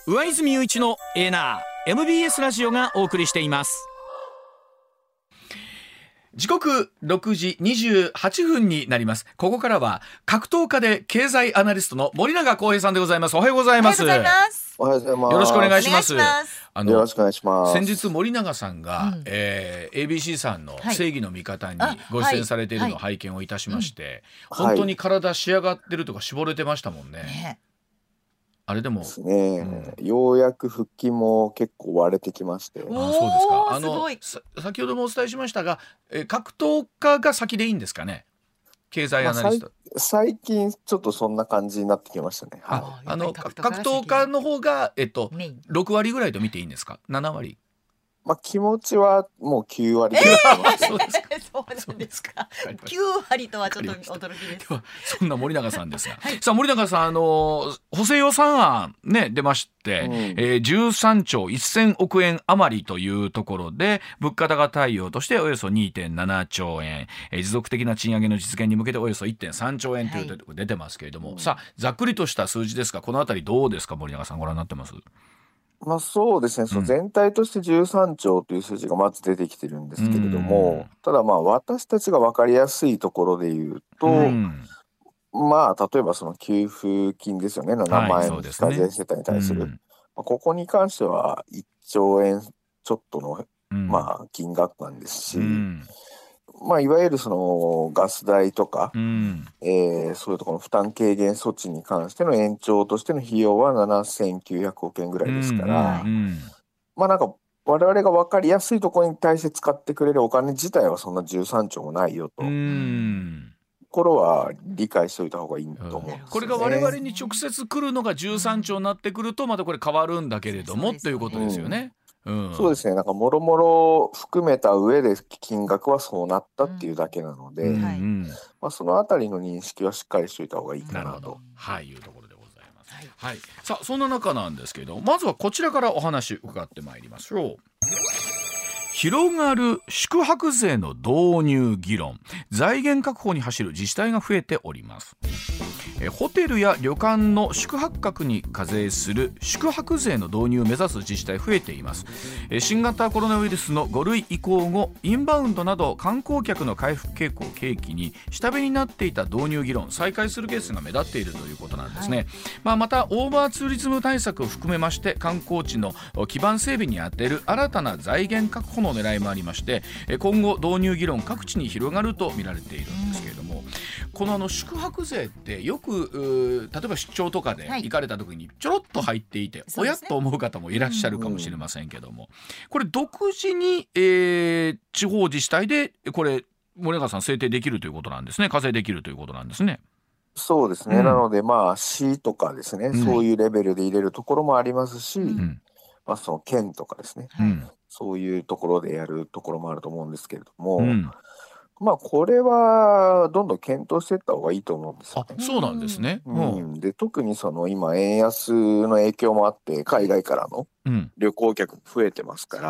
上泉雄一のエナー MBS ラジオがお送りしています。時刻6時28分になります。ここからは格闘家で経済アナリストの森永康平さんでございます。おはようございます。 おはようございます。 よろしくお願いします。 よろしくお願いします。 先日森永さんが、ABC さんの正義の味方にご出演されているのを拝見をいたしまして、本当に体仕上がってるとか絞れてましたもんね。あれでもですね、ようやく腹筋も結構割れてきまして。 そうですか。先ほどもお伝えしましたが、格闘家が先でいいんですかね。経済アナリスト、 最近ちょっとそんな感じになってきましたね。 格闘家の方が、6割ぐらいと見ていいんですか。7割。 気持ちはもう9割ぐらいそうですか。 そうなんですか。9割とはちょっと驚きです。 ではそんな森永さんですが、さあ森永さん、補正予算案ね出まして、13兆1000億円余りというところで物価高対応としておよそ 2.7 兆円、持続的な賃上げの実現に向けておよそ 1.3 兆円というと出てますけれども、さあざっくりとした数字ですが、このあたりどうですか。森永さんご覧になってます？ そうですね、その全体として13兆という数字がまず出てきてるんですけれども、ただ私たちが分かりやすいところで言うと、例えばその給付金ですよね、7万円の非課税世帯に対する、ここに関しては1兆円ちょっとの、金額なんですし、いわゆるそのガス代とか、そういうところの負担軽減措置に関しての延長としての費用は7900億円ぐらいですから、なんか我々が分かりやすいところに対して使ってくれるお金自体はそんな13兆もないよと。ころは理解しておいた方がいいと思うんですよね。 これが我々に直接来るのが13兆になってくるとまたこれ変わるんだけれどもということですよね。 そうですね、なんかもろもろ含めた上で金額はそうなったっていうだけなので、そのあたりの認識はしっかりしておいた方がいいかなというところでございます。さあそんな中なんですけど、まずはこちらからお話伺ってまいりましょう。広がる宿泊税の導入議論、財源確保に走る自治体が増えております。ホテルや旅館の宿泊客に課税する宿泊税の導入を目指す自治体増えています。新型コロナウイルスの5類移行後、インバウンドなど観光客の回復傾向を契機に下火になっていた導入議論再開するケースが目立っているということなんですね。またオーバーツーリズム対策を含めまして観光地の基盤整備に充てる新たな財源確保の狙いもありまして、今後導入議論各地に広がると見られているんですけれども、この宿泊税ってよく例えば出張とかで行かれた時にちょろっと入っていて、おやっと思う方もいらっしゃるかもしれませんけども、これ独自に、地方自治体でこれ森永さん制定できるということなんですね。課税できるということなんですね。 そうですね、なので市とかですね、そういうレベルで入れるところもありますし、その県とかですね、そういうところでやるところもあると思うんですけれども、これはどんどん検討していった方がいいと思うんですよね。 そうなんですね。 で特にその今円安の影響もあって海外からの旅行客も増えてますから、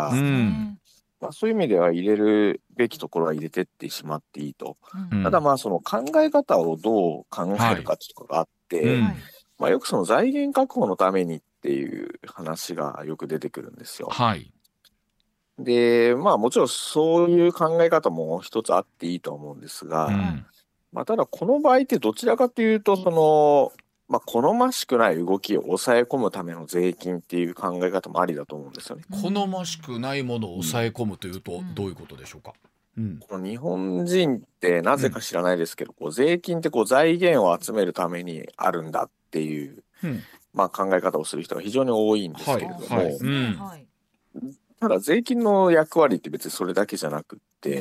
そういう意味では入れるべきところは入れてってしまっていいと。ただその考え方をどう考えるかっていうところがあって、よくその財源確保のためにっていう話がよく出てくるんですよ。でもちろんそういう考え方も一つあっていいと思うんですが、ただこの場合ってどちらかというとその、好ましくない動きを抑え込むための税金っていう考え方もありだと思うんですよね。 好ましくないものを抑え込むというとどういうことでしょうか。 この日本人ってなぜか知らないですけど、税金って財源を集めるためにあるんだっていう、考え方をする人が非常に多いんですけれども、ただ税金の役割って別にそれだけじゃなくって、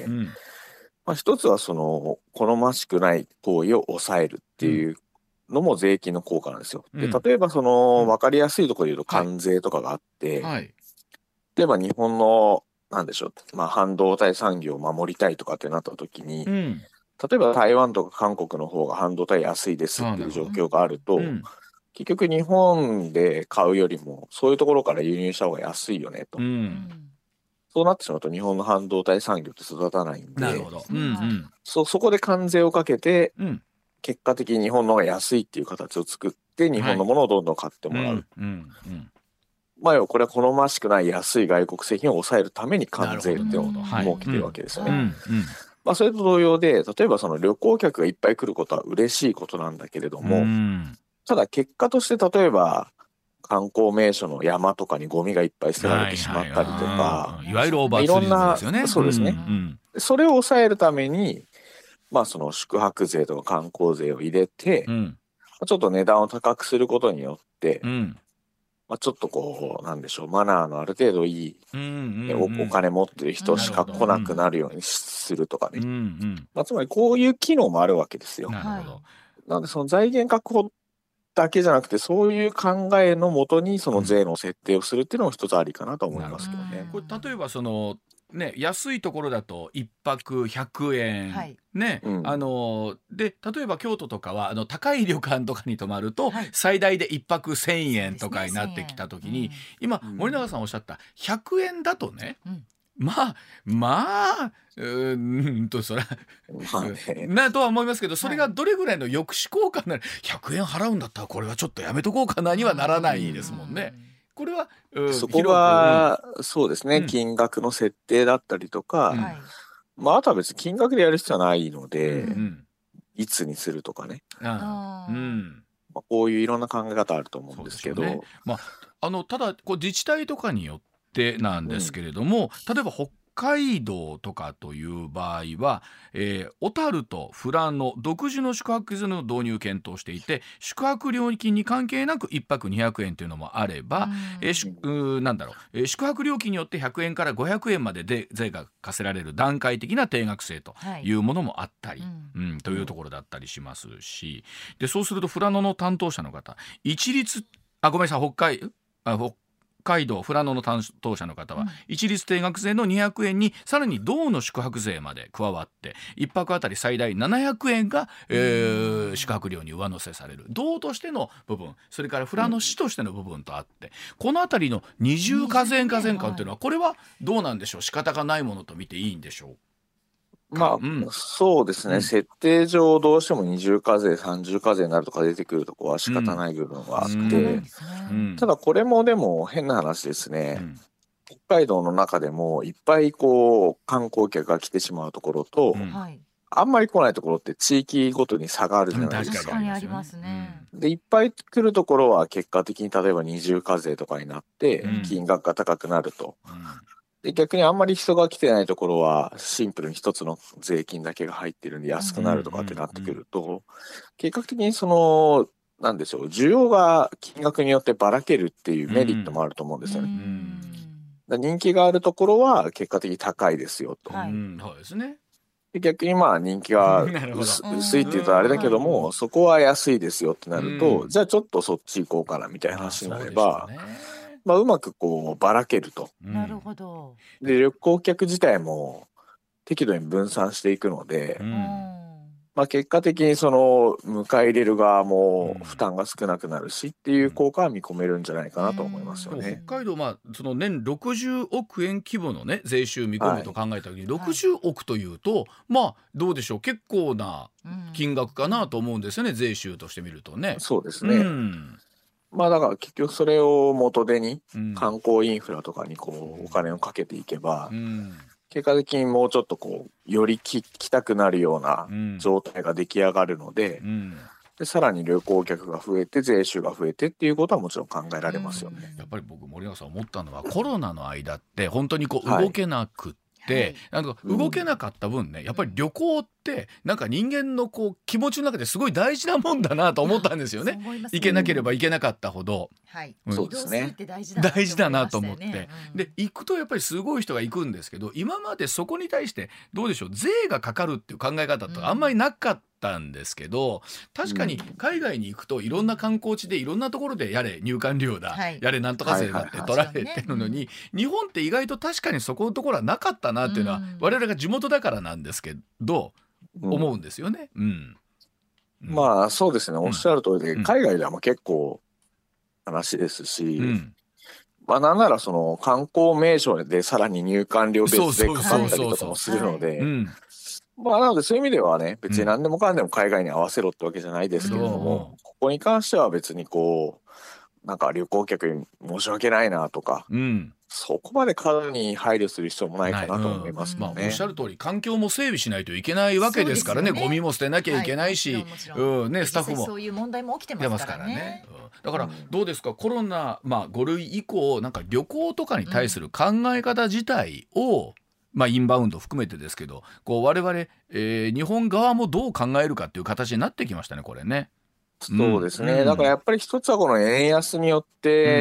一つはその好ましくない行為を抑えるっていうのも税金の効果なんですよ。で例えばその分かりやすいところで言うと関税とかがあって、例えば日本のなんでしょう、半導体産業を守りたいとかってなった時に、例えば台湾とか韓国の方が半導体安いですっていう状況があると、結局日本で買うよりもそういうところから輸入した方が安いよねと、そうなってしまうと日本の半導体産業って育たないんで、そこで関税をかけて、結果的に日本の方が安いっていう形を作って日本のものをどんどん買ってもらう。 まあ、これは好ましくない安い外国製品を抑えるために関税っていうのを設けてるわけですよね。まあ、それと同様で、例えばその旅行客がいっぱい来ることは嬉しいことなんだけれども、ただ結果として例えば観光名所の山とかにゴミがいっぱい捨てられてしまったりとか、 いわゆるオーバーツーリズムですよね。 そうですね。それを抑えるために、まあその宿泊税とか観光税を入れて、ちょっと値段を高くすることによって、まあ、ちょっとこうなんでしょう、マナーのある程度いい、お金持ってる人しか来なくなるようにするとかね、まあ、つまりこういう機能もあるわけですよ。なのでその財源確保だけじゃなくて、そういう考えのもとにその税の設定をするっていうのも一つありかなと思いますけどね。 これ例えばそのね、安いところだと1泊100円、ね、で例えば京都とかは高い旅館とかに泊まると、最大で1泊1000円とかになってきた時に、今森永さんおっしゃった100円だとね、それなとは思いますけど、それがどれぐらいの抑止効果になる、100円払うんだったらこれはちょっとやめとこうかなにはならないですもんね。これはそこが、そうですね、金額の設定だったりとか、まあ、あとは別に金額でやる必要はないので、いつにするとかね、まあ、こういういろんな考え方あると思うんですけど、 まあ、ただこう自治体とかによってなんですけれども、例えば北海道とかという場合は、小樽と富良野独自の宿泊税の導入を検討していて、宿泊料金に関係なく1泊200円というのもあれば、宿泊料金によって100円から500円までで税が課せられる段階的な定額制というものもあったり、というところだったりしますし、でそうすると富良野の担当者の方、一律ごめんなさい、北海道富良野の担当者の方は、一律定額税の200円にさらに道の宿泊税まで加わって1泊あたり最大700円が、宿泊料に上乗せされる道としての部分、それから富良野市としての部分とあって、このあたりの二重課税感というのは、これはどうなんでしょう、仕方がないものと見ていいんでしょう。 まあ、そうですね、設定上どうしても二重課税三重課税になるとか出てくるところは仕方ない部分はあって、ただこれもでも変な話ですね、北海道の中でもいっぱいこう観光客が来てしまうところと、あんまり来ないところって地域ごとに差があるじゃないですか。 確かにありますね。 でいっぱい来るところは結果的に例えば二重課税とかになって金額が高くなると。で逆にあんまり人が来てないところはシンプルに一つの税金だけが入ってるんで安くなるとかってなってくると、結果的にそのなんでしょう、需要が金額によってばらけるっていうメリットもあると思うんですよね。人気があるところは結果的に高いですよと。 そうですね。 で逆にまあ人気が薄いっていうとあれだけども、そこは安いですよってなると、じゃあちょっとそっち行こうかなみたいな話になれば、まあ、うまくこうばらけると。 なるほど。 で旅行客自体も適度に分散していくので、まあ、結果的にその迎え入れる側も負担が少なくなるしっていう効果は見込めるんじゃないかなと思いますよね。 北海道、その年60億円規模のね税収見込むと考えた時に、60億というとどうでしょう、結構な金額かなと思うんですよね、税収として見るとね。 そうですね。まあだから結局それを元手に観光インフラとかにこうお金をかけていけば、結果的にもうちょっとこうより来たくなるような状態が出来上がるので、でさらに旅行客が増えて税収が増えてっていうことはもちろん考えられますよね。 やっぱり僕森永さん思ったのは、コロナの間って本当にこう動けなくって、なんか動けなかった分ね、やっぱり旅行ってなんか人間のこう気持ちの中ですごい大事なもんだなと思ったんですよね。行けなければ行けなかったほど、 そうですね、 大事だなと思って、で行くとやっぱりすごい人が行くんですけど、今までそこに対してどうでしょう、税がかかるっていう考え方とかあんまりなかったんですけど、確かに海外に行くといろんな観光地でいろんなところでやれ入館料だ、やれなんとか税だって取られてるのに、日本って意外と確かにそこのところはなかったなっていうのは、我々が地元だからなんですけど思うんですよね。 まあそうですね、おっしゃる通りで、海外では結構話ですし、まあなんならその観光名所でさらに入館料別でかかったりとかもするので、まあなのでそういう意味ではね、別に何でもかんでも海外に合わせろってわけじゃないですけれども、ここに関しては別にこうなんか旅行客に申し訳ないなとか、そこまで過度に配慮する必要もないかなと思いますね。 おっしゃる通り環境も整備しないといけないわけですからね。ゴミも捨てなきゃいけないし、スタッフもそういう問題も起きてますからね。 だからどうですか、コロナ、5類以降なんか旅行とかに対する考え方自体を、インバウンド含めてですけど、こう我々、日本側もどう考えるかっていう形になってきましたね、これね。 そうですね、だからやっぱり一つはこの円安によって、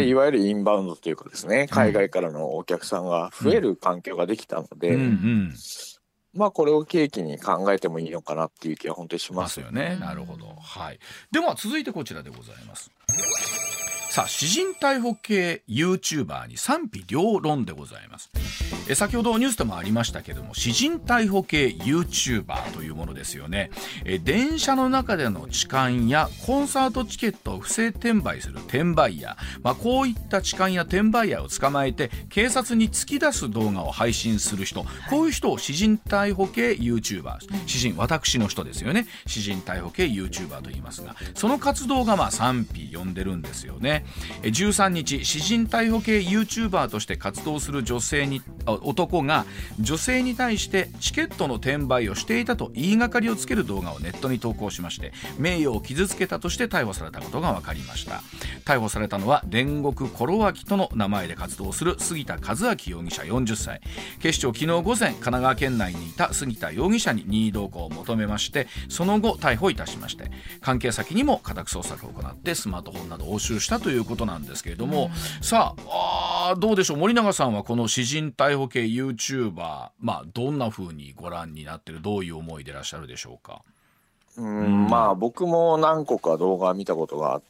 いわゆるインバウンドというかですね、海外からのお客さんが増える環境ができたので、これを契機に考えてもいいのかなっていう気は本当にしますよね。なるほど、はい。では続いてこちらでございます。さあ、詩人逮捕系 YouTuber に賛否両論でございます。先ほどニュースでもありましたけども、詩人逮捕系 YouTuber というものですよね。電車の中での痴漢やコンサートチケットを不正転売する転売ヤー、こういった痴漢や転売ヤーを捕まえて警察に突き出す動画を配信する人、こういう人を詩人逮捕系 YouTuber、詩人、私の人ですよね、詩人逮捕系 YouTuber と言いますが、その活動が賛否呼んでるんですよね。13日、詩人逮捕系 YouTuber として活動する男が女性に対してチケットの転売をしていたと言いがかりをつける動画をネットに投稿しまして、名誉を傷つけたとして逮捕されたことが分かりました。逮捕されたのは煉獄コロワキとの名前で活動する杉田和明容疑者40歳。警視庁、昨日午前、神奈川県内にいた杉田容疑者に任意同行を求めまして、その後逮捕いたしまして、関係先にも家宅捜索を行ってスマートフォンなどを押収したということなんですけれども、さあ、どうでしょう、森永さんはこの詩人逮捕系 YouTuber、どんな風にご覧になってる、どういう思いでいらっしゃるでしょうか。 僕も何個か動画見たことがあって、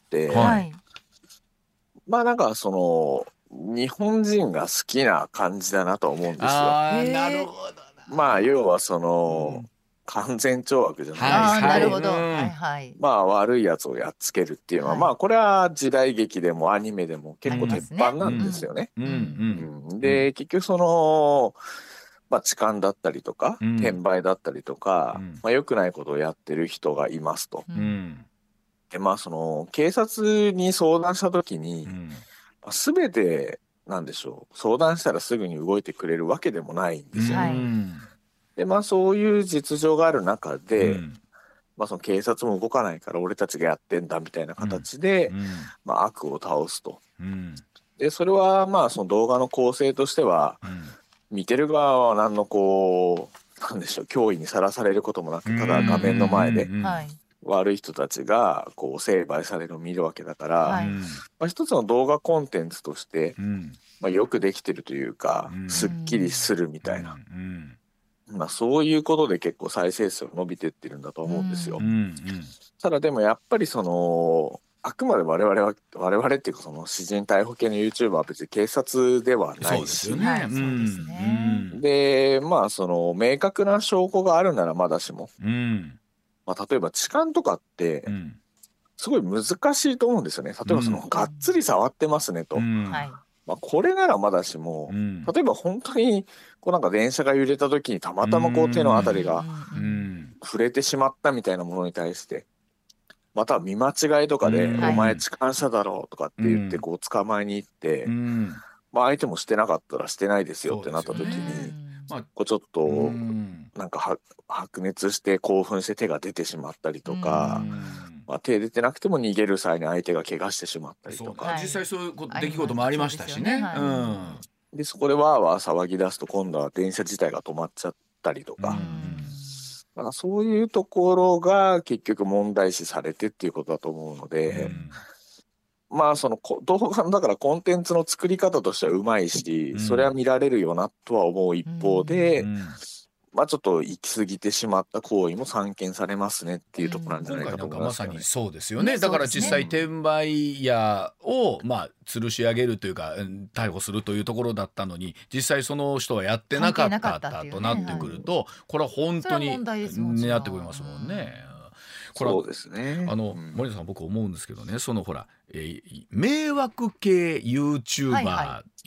なんかその日本人が好きな感じだなと思うんですよ。 なるほど。 要はその、完全懲悪じゃないですか。なるほど。 悪いやつをやっつけるっていうのは、これは時代劇でもアニメでも結構鉄板なんですよね。で、結局その痴漢だったりとか、転売だったりとか、良くないことをやってる人がいますと。で、その警察に相談した時に、全てなんでしょう、相談したらすぐに動いてくれるわけでもないんですよね。で、そういう実情がある中で、その警察も動かないから俺たちがやってんだみたいな形で、悪を倒すと。で、それはその動画の構成としては、見てる側は何のなんでしょう、脅威にさらされることもなく、ただ画面の前で悪い人たちが成敗されるのを見るわけだから、一つの動画コンテンツとして、よくできてるというか、すっきりするみたいな。そういうことで結構再生数が伸びてってるんだと思うんですよ。ただでもやっぱりそのあくまで我々っていうか、その詩人逮捕系の YouTuber は別に警察ではないし、でその明確な証拠があるならまだしも、例えば痴漢とかってすごい難しいと思うんですよね。例えばそのがっつり触ってますねと。これならまだしも、例えば本当になんか電車が揺れた時にたまたま手のあたりが触れてしまったみたいなものに対して、または見間違いとかで「お前痴漢者だろ」とかって言って捕まえに行って、相手もしてなかったらしてないですよってなった時に、ちょっとなんか白熱して興奮して手が出てしまったりとか。手出てなくても逃げる際に相手が怪我してしまったりとか、 実際そういう出来事もありましたしね。 でそこでわーわー騒ぎ出すと今度は電車自体が止まっちゃったりとか、そういうところが結局問題視されてっていうことだと思うので、その動画のだからコンテンツの作り方としてはうまいし、それは見られるよなとは思う一方で、ちょっと行き過ぎてしまった行為も散見されますねっていうところなんじゃないかと思いますよね。 まさにそうですよね。だから実際転売屋を吊るし上げるというか逮捕するというところだったのに、実際その人はやってなかったとなってくると、これは本当に狙ってくれますもんね。 そうですね。 森田さん、僕思うんですけどね、そのほら、迷惑系 YouTuber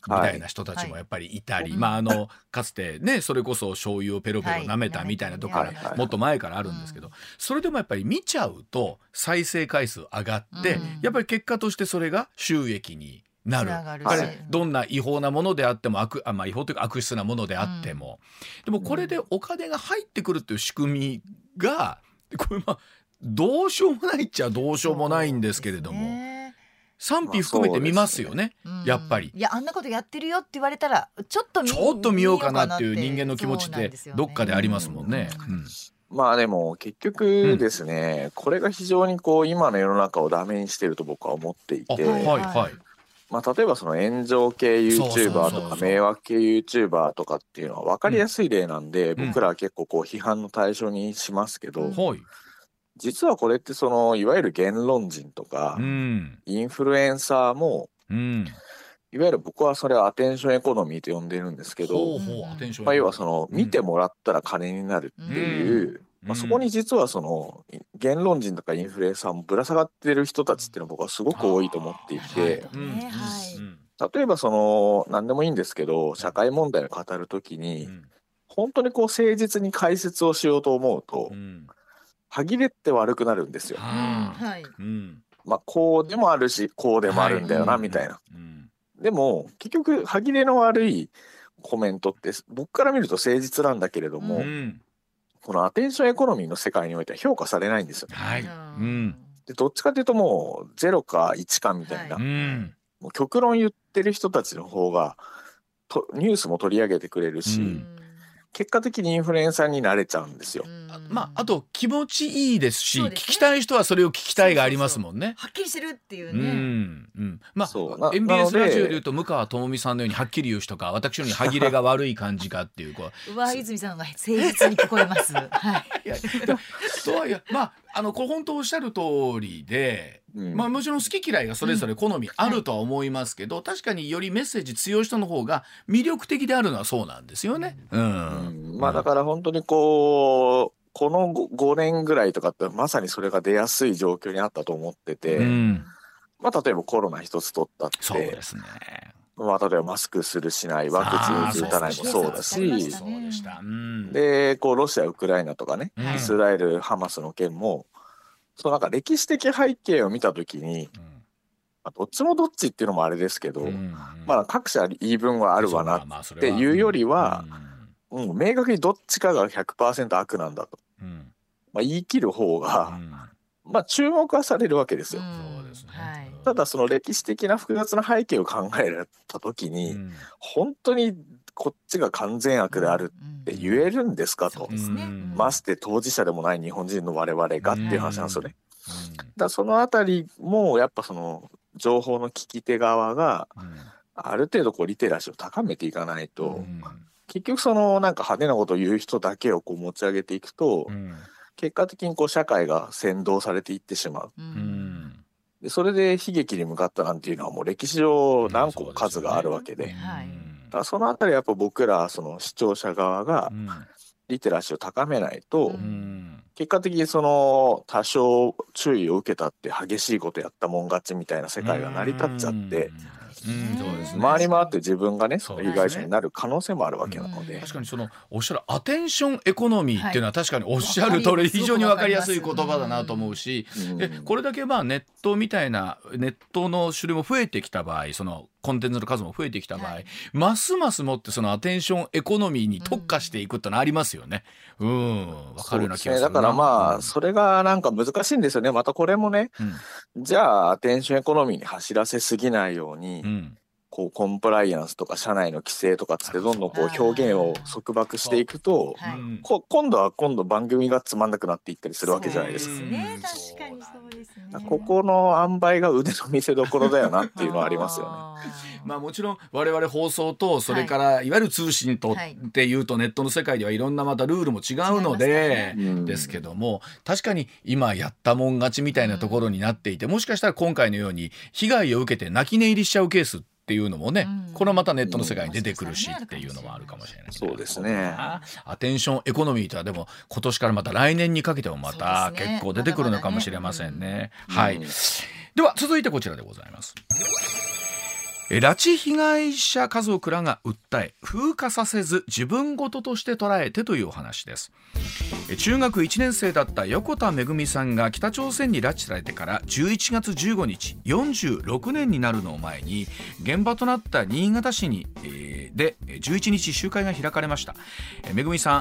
みたいな人たちもやっぱりいたり、かつてねそれこそ醤油をペロペロ舐めたみたいなところからもっと前からあるんですけど、それでもやっぱり見ちゃうと再生回数上がって、やっぱり結果としてそれが収益になる。どんな違法なものであっても違法というか悪質なものであっても、でもこれでお金が入ってくるっていう仕組みがこれどうしようもないっちゃどうしようもないんですけれども、賛否含めて見ますよね、やっぱり。 いやあんなことやってるよって言われたらちょっと見ようかなっていう人間の気持ちってどっかでありますもんね。 でも結局ですね、これが非常に今の世の中をダメにしてると僕は思っていて、例えばその炎上系 YouTuber とか迷惑系 YouTuber とかっていうのは分かりやすい例なんで、僕らは結構批判の対象にしますけど、実はこれってそのいわゆる言論人とか、インフルエンサーも、いわゆる僕はそれはアテンションエコノミーと呼んでるんですけど、要はその見てもらったら金になるっていう、そこに実はその言論人とかインフルエンサーもぶら下がってる人たちっていうのは僕はすごく多いと思っていて、例えばその何でもいいんですけど、社会問題を語るときに本当に誠実に解説をしようと思うと、歯切れって悪くなるんですよ。こうでもあるしこうでもあるんだよなみたいな。でも結局歯切れの悪いコメントって僕から見ると誠実なんだけれども、このアテンションエコノミーの世界においては評価されないんですよ。でどっちかというともう0か1かみたいな、もう極論言ってる人たちの方がニュースも取り上げてくれるし、結果的にインフルエンサーになれちゃうんですよ。 あと気持ちいいですし、聞きたい人はそれを聞きたいがありますもんね。 はっきりしてるっていうね。 MBS ラジオでいうと向川智美さんのようにはっきり言う人か、私のように歯切れが悪い感じかっていう上泉さんが誠実に聞こえます。とはいえこれ本当おっしゃる通りで、もちろん好き嫌いがそれぞれ好みあるとは思いますけど、確かによりメッセージ強い人の方が魅力的であるのはそうなんですよね。 だから本当にこの5年ぐらいとかってまさにそれが出やすい状況にあったと思ってて、例えばコロナ一つ取ったって、 そうですね。 例えばマスクするしない、ワクチン打たないもそうだし、でロシアウクライナとかね、イスラエルハマスの件もなんか歴史的背景を見た時に、どっちもどっちっていうのもあれですけど、各社言い分はあるわなっていうよりは、明確にどっちかが 100% 悪なんだと、言い切る方が、注目はされるわけですよ。ただその歴史的な複雑な背景を考えられた時に、本当にこっちが完全悪であるって言えるんですかと、まして当事者でもない日本人の我々がっていう話なんですよね。だそのあたりもやっぱその情報の聞き手側がある程度リテラシーを高めていかないと、結局そのなんか派手なことを言う人だけを持ち上げていくと、結果的に社会が扇動されていってしまう。でそれで悲劇に向かったなんていうのはもう歴史上何個も数があるわけで、だからそのあたりやっぱ僕らその視聴者側がリテラシーを高めないと、結果的にその多少注意を受けたって激しいことやったもん勝ちみたいな世界が成り立っちゃって、回り回って自分がね被害者になる可能性もあるわけなので、 確かにそのおっしゃるアテンションエコノミーっていうのは確かにおっしゃる通り非常に分かりやすい言葉だなと思うし、これだけネットみたいなネットの種類も増えてきた場合、そのコンテンツの数も増えてきた場合、ますますもってそのアテンションエコノミーに特化していくってのありますよね。分かるような気がするな。 だからそれがなんか難しいんですよね。またこれもね、じゃあアテンションエコノミーに走らせすぎないように、コンプライアンスとか社内の規制とかつってどんどん表現を束縛していくと、今度番組がつまんなくなっていったりするわけじゃないですか。 確かにそうですね。 ここの塩梅が腕の見せ所だよなっていうのはありますよね。 もちろん我々放送とそれからいわゆる通信とっていうとネットの世界ではいろんなまたルールも違うのでですけども、確かに今やったもん勝ちみたいなところになっていて、もしかしたら今回のように被害を受けて泣き寝入りしちゃうケースっていうのもね、これはまたネットの世界に出てくるしっていうのもあるかもしれない。 そうですね。 アテンションエコノミーとはでも今年からまた来年にかけてもまた結構出てくるのかもしれませんね。では続いてこちらでございます。 拉致被害者家族らが訴え、風化させず自分事として捉えてというお話です。中学1年生だった横田めぐみさんが北朝鮮に拉致されてから11月15日46年になるのを前に、現場となった新潟市で11日集会が開かれました。めぐみさん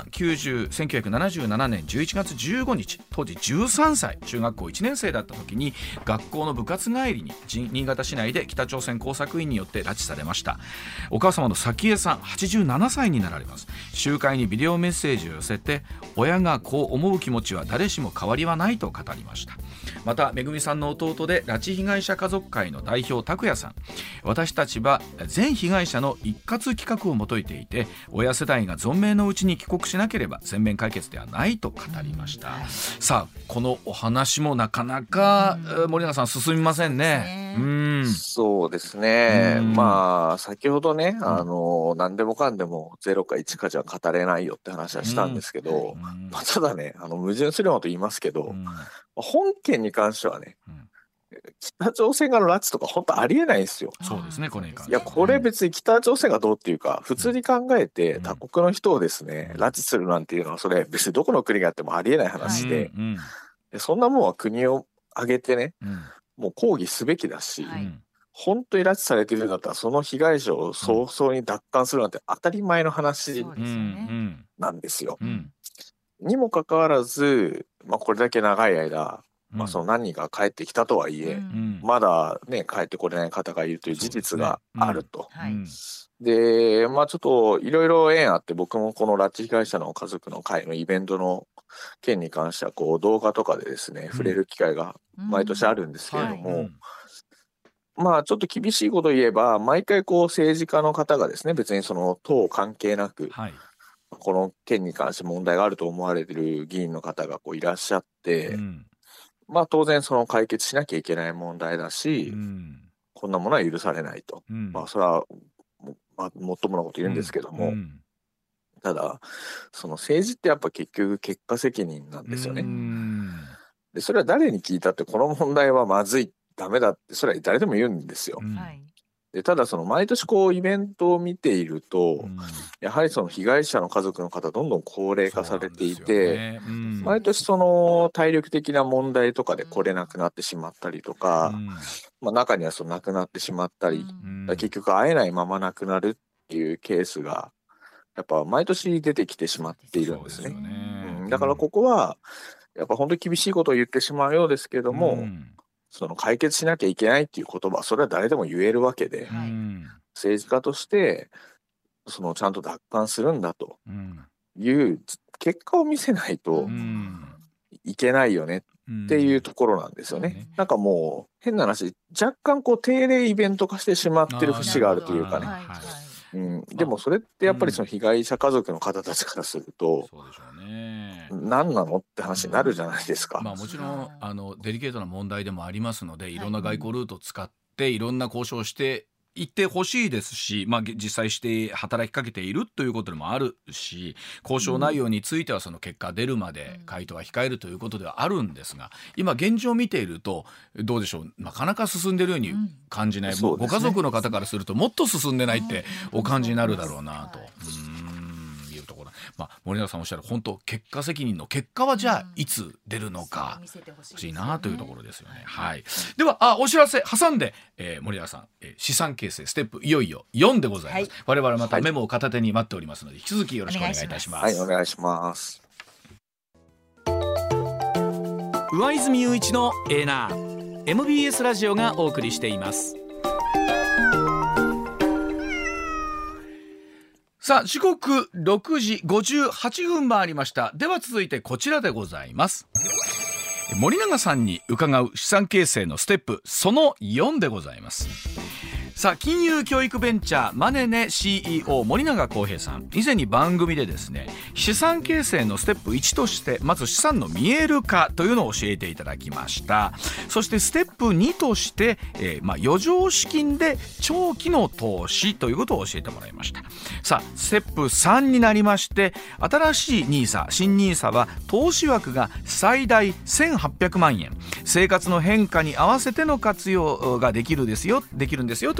1977年11月15日、当時13歳、中学校1年生だった時に学校の部活帰りに新潟市内で北朝鮮工作員によって拉致されました。お母様の早紀江さん87歳になられます。集会にビデオメッセージを寄せて、親がこう思う気持ちは誰しも変わりはないと語りました。まためぐみさんの弟で拉致被害者家族会の代表拓也さん、私たちは全被害者の一括企画を求めていて、親世代が存命のうちに帰国しなければ全面解決ではないと語りました。さあこのお話もなかなか森永さん進みませんね。 そうですね。まあ先ほどね、何でもかんでも0か1かじゃ語れないよって話はしたんですけど、まあ、ただね、矛盾するようなこと言いますけど、本件に関してはね、北朝鮮側の拉致とか本当ありえないんですよ。 そうですね、これに関して。 いや、これ別に北朝鮮がどうっていうか、普通に考えて他国の人をですね、拉致するなんていうのは、それ別にどこの国がやってもありえない話で、そんなもんは国を挙げてね、もう抗議すべきだし、本当に拉致されているんだったらその被害者を早々に奪還するなんて当たり前の話なんですよ。にもかかわらず、まあ、これだけ長い間、まあ、その何人か帰ってきたとはいえ、まだね帰ってこれない方がいるという事実があると。で、まあちょっといろいろ縁あって、僕もこの拉致被害者の家族の会のイベントの件に関してはこう動画とかでですね触れる機会が毎年あるんですけれども、まあちょっと厳しいことを言えば、毎回こう政治家の方がですね、別にその党関係なく、この件に関して問題があると思われている議員の方がこういらっしゃって、まあ当然その解決しなきゃいけない問題だし、こんなものは許されないと、まあそれはまあもっともなこと言うんですけども、ただその政治ってやっぱ結局結果責任なんですよね。でそれは誰に聞いたって、この問題はまずい、ダメだって、それは誰でも言うんですよ。でただその毎年こうイベントを見ていると、やはりその被害者の家族の方どんどん高齢化されていて、毎年その体力的な問題とかで来れなくなってしまったりとか、まあ、中にはその亡くなってしまったり、結局会えないまま亡くなるっていうケースがやっぱ毎年出てきてしまっているんですね。だからここはやっぱ本当に厳しいことを言ってしまうようですけども、その解決しなきゃいけないっていう言葉、それは誰でも言えるわけで、政治家としてそのちゃんと奪還するんだという結果を見せないといけないよねっていうところなんですよね。なんかもう変な話、若干こう定例イベント化してしまってる節があるというかね。でもそれってやっぱりその被害者家族の方たちからすると、何なのって話になるじゃないですか。 まあ、もちろんデリケートな問題でもありますので、いろんな外交ルートを使っていろんな交渉をしていってほしいですし、まあ、実際して働きかけているということでもあるし、交渉内容についてはその結果出るまで回答は控えるということではあるんですが、今現状を見ているとどうでしょう、なかなか進んでるように感じない、ご家族の方からするともっと進んでないってお感じになるだろうなと。いうところ、まあ、森永さんおっしゃる本当結果責任の結果はじゃあいつ出るのか欲しいなというところですよね。はい、ではお知らせ挟んで、森永さん、資産形成ステップいよいよ4でございます。我々またメモを片手に待っておりますので、引き続きよろしくお願いいたします。 はい、お願いします。 上泉雄一のエーナー MBS ラジオがお送りしています。さあ時刻6時58分回りました。では続いてこちらでございます。森永さんに伺う資産形成のステップその4でございます。さあ金融教育ベンチャーマネネ CEO 森永康平さん、以前に番組でですね、資産形成のステップ1としてまず資産の見える化というのを教えていただきました。そしてステップ2として、余剰資金で長期の投資ということを教えてもらいました。さあステップ3になりまして、新しい NISA 新 NISA は投資枠が最大1800万円、生活の変化に合わせての活用ができるんですよという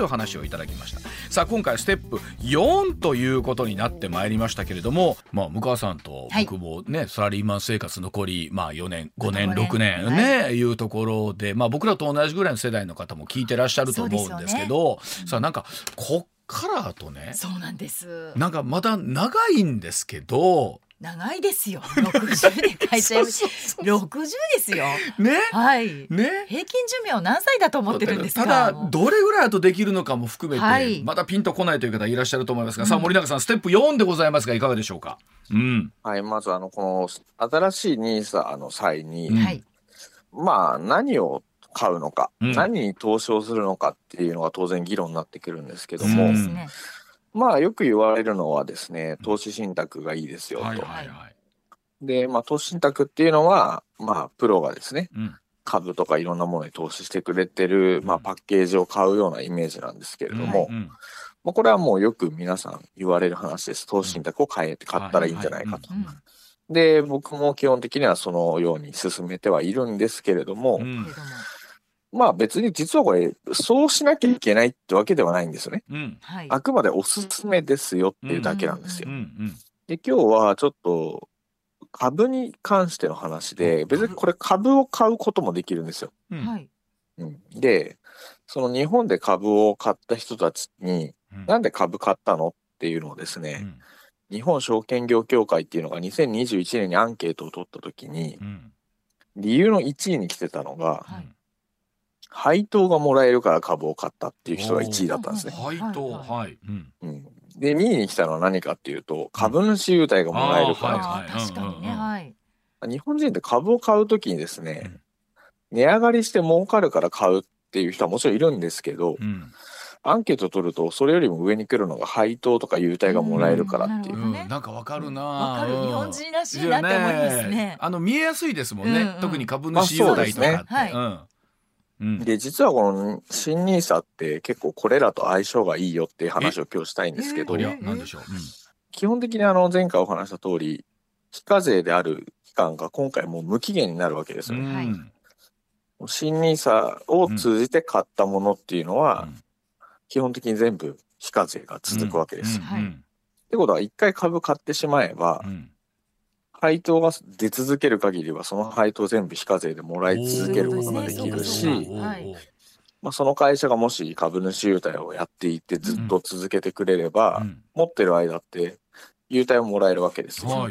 いう話をいただきました。さあ今回ステップ4ということになってまいりましたけれども、向川さんと僕もね、サラリーマン生活残り、4年5年6年ね、いうところで、僕らと同じぐらいの世代の方も聞いてらっしゃると思うんですけど、さあなんかこっからとね、 そうなんです。 なんかまだ長いんですけど、 長いですよ。60で会社辞め60ですよ。 ね、 はい。 ね、 平均寿命何歳だと思ってるんですか。 ただどれぐらいとできるのかも含めて、まだピンとこないという方いらっしゃると思いますが、さあ森永さんステップ4でございますがいかがでしょうか。 はい、まずこの新しいニーサの際に、何を買うのか、何に投資をするのかっていうのが当然議論になってくるんですけども、よく言われるのはですね、投資信託がいいですよと。で、投資信託っていうのは、プロがですね、株とかいろんなものに投資してくれてる、パッケージを買うようなイメージなんですけれども、これはもうよく皆さん言われる話です。投資信託を買ったらいいんじゃないかと。で、僕も基本的にはそのように進めてはいるんですけれども、別に実はこれそうしなきゃいけないってわけではないんですよね。あくまでおすすめですよっていうだけなんですよ。で、今日はちょっと株に関しての話で、別にこれ株を買うこともできるんですよ。で、その日本で株を買った人たちに、なんで株買ったのっていうのをですね、日本証券業協会っていうのが2021年にアンケートを取った時に、理由の1位に来てたのが、配当がもらえるから株を買ったっていう人が1位だったんですね。 配当、はい。 で、2位に来たのは何かっていうと、株主優待がもらえるから。 確かにね、はい。 日本人って株を買うときにですね、値上がりして儲かるから買うっていう人はもちろんいるんですけど、アンケート取るとそれよりも上に来るのが配当とか優待がもらえるからっていう。 なんかわかるな。 わかる、日本人らしいなって思いますね。 見えやすいですもんね。特に株主優待とかって。 で、実はこの新ニーサって結構これらと相性がいいよっていう話を今日したいんですけど、 なんでしょう。 基本的に前回お話した通り、非課税である期間が今回もう無期限になるわけですよね。新ニーサを通じて買ったものっていうのは、基本的に全部非課税が続くわけです。ってことは一回株買ってしまえば、配当が出続ける限りはその配当全部非課税でもらい続けることができるし、その会社がもし株主優待をやっていてずっと続けてくれれば、持ってる間って優待をもらえるわけですよ。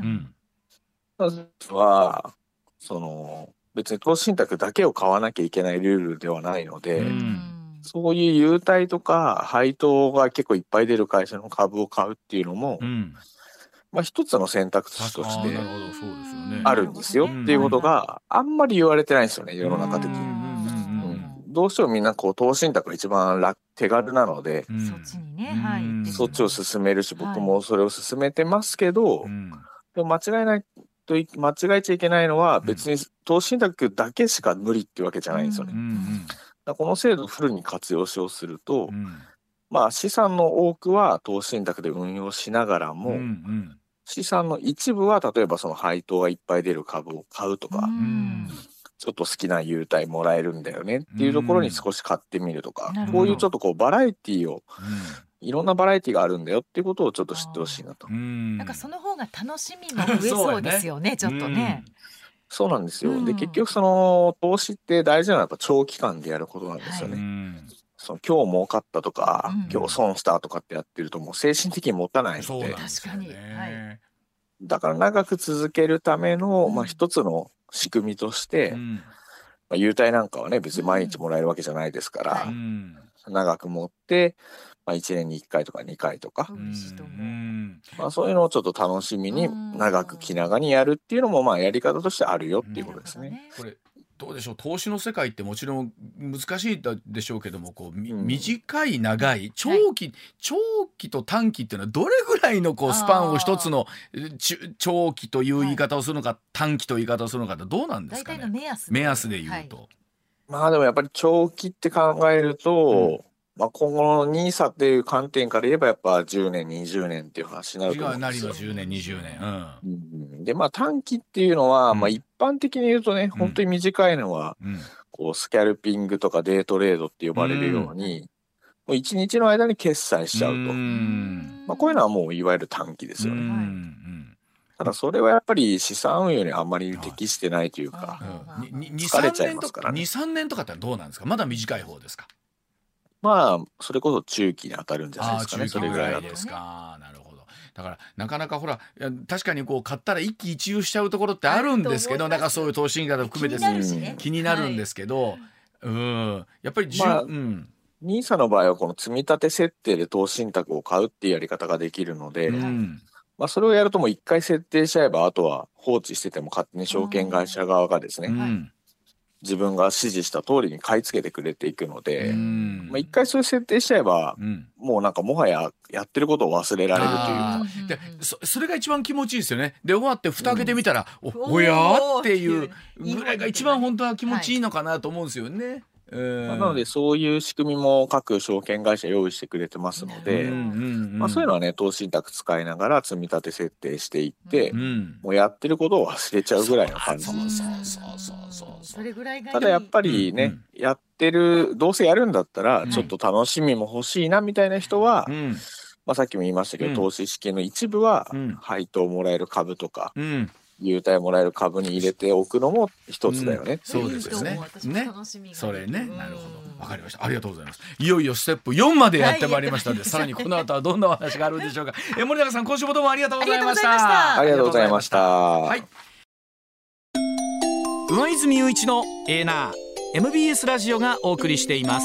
は別に投資信託だけを買わなきゃいけないルールではないので、そういう優待とか配当が結構いっぱい出る会社の株を買うっていうのも、一つの選択肢としてあるんですよっていうことがあんまり言われてないんですよね、世の中的に。どうしてもみんな投資信託が一番手軽なので、そっちを進めるし、僕もそれを進めてますけど、でも間違えちゃいけないのは、別に投資信託だけしか無理っていうわけじゃないんですよね。この制度をフルに活用しようすると、資産の多くは投資信託で運用しながらも、資産の一部は例えばその配当がいっぱい出る株を買うとか、ちょっと好きな優待もらえるんだよねっていうところに少し買ってみるとか、こういうちょっとバラエティーを、いろんなバラエティがあるんだよっていうことをちょっと知ってほしいなと。 なんかその方が楽しみも増えそうですよね、ちょっとね。 そうなんですよ。で、結局その投資って大事なのはやっぱ長期間でやることなんですよね。今日儲かったとか、今日損したとかってやってるともう精神的に持たないので、 確かに、 だから長く続けるための、一つの仕組みとして、優待なんかはね別に毎日もらえるわけじゃないですから、長く持って、1年に1回とか2回とか、そういうのをちょっと楽しみに長く気長にやるっていうのもやり方としてあるよっていうことですね。 これどうでしょう、投資の世界ってもちろん難しいでしょうけども、短い長い長期と短期っていうのはどれぐらいのスパンを一つの長期という言い方をするのか、短期という言い方をするのかってどうなんですかね。目安で言うと、 でもやっぱり長期って考えると、今後の NISA っていう観点から言えばやっぱ10年20年っていう話になると思うんですよ。 10年20年、 で短期っていうのは、一般的に言うとね、本当に短いのは、スキャルピングとかデイトレードって呼ばれるように、 う1日の間に決済しちゃうと。こういうのはもういわゆる短期ですよね。ただそれはやっぱり資産運用にあんまり適してないというか、疲れちゃいますからね。 2、3年とかってどうなんですか？まだ短い方ですか？ それこそ中期に当たるんじゃないですかね。 それぐらいですか。なるほど。だからなかなかほら確かにこう買ったら一喜一憂しちゃうところってあるんですけど、なんかそういう投資型含めて気になるんですけど、やっぱり NISA の場合はこの積み立て設定で投資信託を買うっていうやり方ができるので、それをやるともう一回設定しちゃえばあとは放置してても勝手に証券会社側がですね、自分が指示した通りに買い付けてくれていくので、一回そういう設定しちゃえば、もうなんかもはややってることを忘れられるというか、 でそれが一番気持ちいいですよね。で終わって蓋開けてみたら、おやっていうぐらいが一番本当は気持ちいいのかなと思うんですよね。 なのでそういう仕組みも各証券会社用意してくれてますので、そういうのはね、投資信託使いながら積み立て設定していって、もうやってることを忘れちゃうぐらいの感じ。 それぐらいがいい。 ただやっぱりね、やってる、どうせやるんだったらちょっと楽しみも欲しいなみたいな人は、さっきも言いましたけど、投資資金の一部は配当もらえる株とか、優待もらえる株に入れておくのも一つだよね。 そうですよね。それね、なるほど、わかりました。ありがとうございます。いよいよステップ4までやってまいりましたので、さらにこの後はどんなお話があるんでしょうか。森永さん、今週もどうもありがとうございました。 ありがとうございました。 はい。上泉雄一のエーナー MBS ラジオがお送りしています。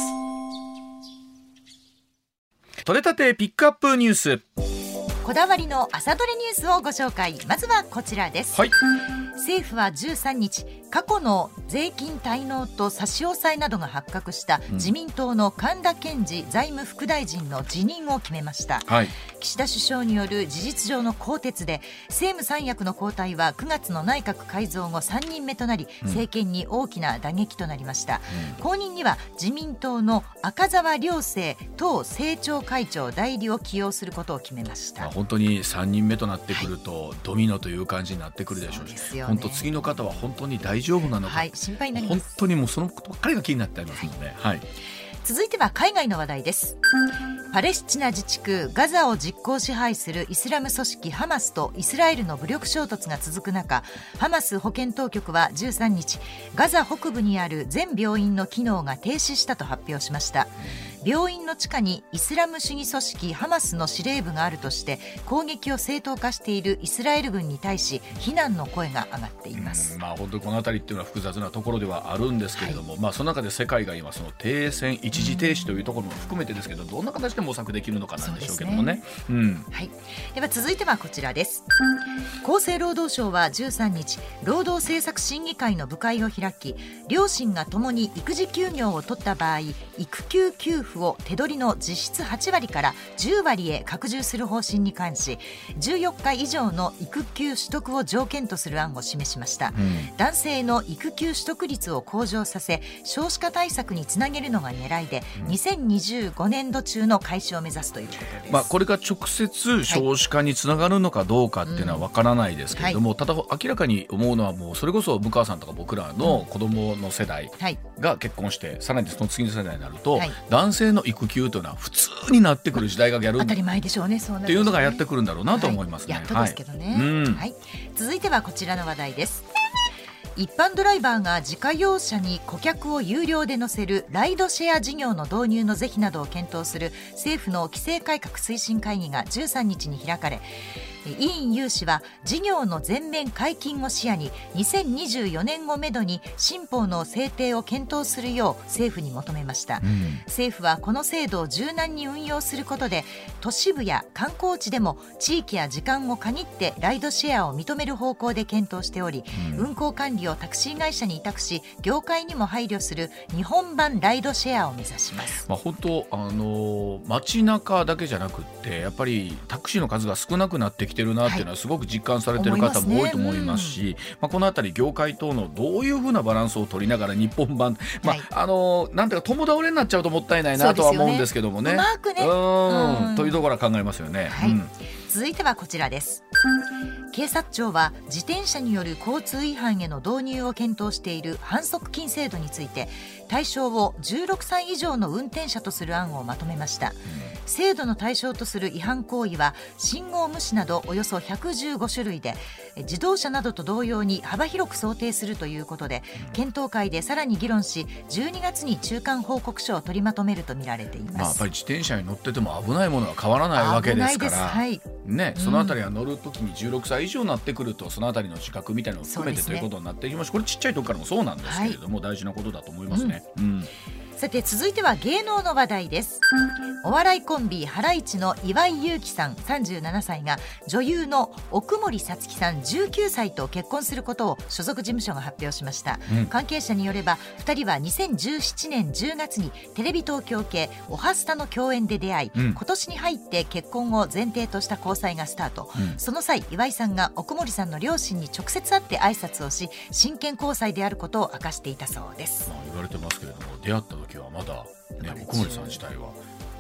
取れたてピックアップニュース。 こだわりの朝どれニュースをご紹介。まずはこちらです。政府は13日、過去の税金滞納と差し押さえなどが発覚した自民党の神田憲次財務副大臣の辞任を決めました。岸田首相による事実上の更迭で、政務三役の交代は9月の内閣改造後3人目となり、政権に大きな打撃となりました。後任には自民党の赤澤亮正党政調会長代理を起用することを決めました。 本当に3人目となってくると、ドミノという感じになってくるでしょうし、本当次の方は本当に大丈夫なのか、 心配になります。 本当にもうそのことばっかりが気になってありますので、 続いては海外の話題です。パレスチナ自治区ガザを実効支配するイスラム組織ハマスとイスラエルの武力衝突が続く中、ハマス保健当局は13日、ガザ北部にある全病院の機能が停止したと発表しました。病院の地下にイスラム主義組織ハマスの司令部があるとして攻撃を正当化しているイスラエル軍に対し非難の声が上がっています。 本当にこの辺りっていうのは複雑なところではあるんですけれども、その中で世界が今その停戦一時停止というところも含めてですけど、どんな形で模索できるのかなんでしょうけどもね。 では続いてはこちらです。厚生労働省は13日、労働政策審議会の部会を開き、両親がともに育児休業を取った場合、育休給付を手取りの実質8割から10割へ拡充する方針に関し、14日以上の育休取得を条件とする案を示しました。男性の育休取得率を向上させ、少子化対策につなげるのが狙いで、2025年度中の開始を目指すということです。 これが直接少子化につながるのかどうかっていうのは分からないですけれども、ただ明らかに思うのは、もうそれこそ向川さんとか僕らの子供の世代が結婚して、さらにその次の世代になると、男性の育休というのは普通になってくる時代がやる当たり前でしょうね。そうなるっていうのがやってくるんだろうなと思いますね。 やっとですけどね。続いてはこちらの話題です。一般ドライバーが自家用車に顧客を有料で乗せるライドシェア事業の導入の是非などを検討する政府の規制改革推進会議が13日に開かれ、委員有志は事業の全面解禁を視野に2024年をめどに新法の制定を検討するよう政府に求めました。政府はこの制度を柔軟に運用することで、都市部や観光地でも地域や時間を限ってライドシェアを認める方向で検討しており、運行管理をタクシー会社に委託し、業界にも配慮する日本版ライドシェアを目指します。 本当街中だけじゃなくって、やっぱりタクシーの数が少なくなってきてるなっていうのはすごく実感されてる方も多いと思いますし、このあたり業界等のどういうふうなバランスを取りながら日本版、なんていうか共倒れになっちゃうともったいないなとは思うんですけどもね。 うまくね、 というところは考えますよね。 続いてはこちらです。 警察庁は自転車による交通違反への導入を検討している反則金制度について、対象を16歳以上の運転者とする案をまとめました。制度の対象とする違反行為は信号無視などおよそ115種類で、自動車などと同様に幅広く想定するということで、検討会でさらに議論し、12月に中間報告書を取りまとめるとみられています。 やっぱり自転車に乗ってても危ないものは変わらないわけですから、 はいね、そのあたりは乗るときに16歳以上になってくると、そのあたりの資格みたいなのを含めてということになっていきます。これちっちゃいとこからもそうなんですけれども、大事なことだと思いますね。 さて続いては芸能の話題です。お笑いコンビハライチの岩井勇気さん37歳が女優の奥森さつきさん19歳と結婚することを所属事務所が発表しました。関係者によれば2人は2017年10月にテレビ東京系おはスタの共演で出会い、今年に入って結婚を前提とした交際がスタート。その際岩井さんが奥森さんの両親に直接会って挨拶をし、真剣交際であることを明かしていたそうです。 言われてますけれども、出会った時はまだ、奥森さん自体は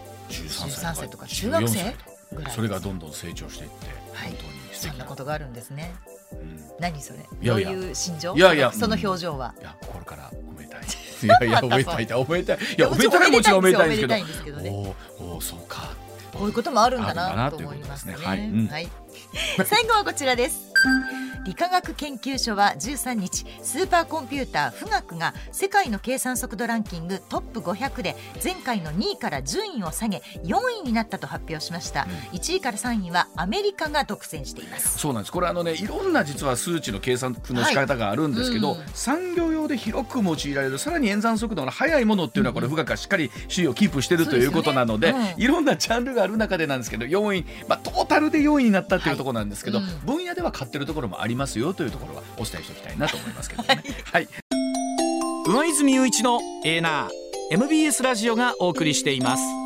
13歳とか中学生ぐらい、 それがどんどん成長していって、本当に素敵な、 そんなことがあるんですね。何それ、 どういう心情？その表情は。 心からおめでたい。おめでたい。おめでたい。いや、おめでたいはもちろんおめでたいんですけど。おお、そうか。 こういうこともあるんだなと思いますね。最後はこちらです。理化学研究所は13日、スーパーコンピューター富岳が世界の計算速度ランキングトップ500で前回の2位から順位を下げ4位になったと発表しました。1位から3位はアメリカが独占しています。 そうなんです。これいろんな実は数値の計算の仕方があるんですけど、産業用で広く用いられるさらに演算速度の速いものっていうのは、これ富岳がしっかり首位をキープしているということなので、いろんなジャンルがある中でなんですけど、4位、トータルで4位になったというところなんですけど、分野では勝ってるところもありますよというところはお伝えしておきたいなと思いますけどね。 上泉雄一のエーナー MBS ラジオがお送りしています。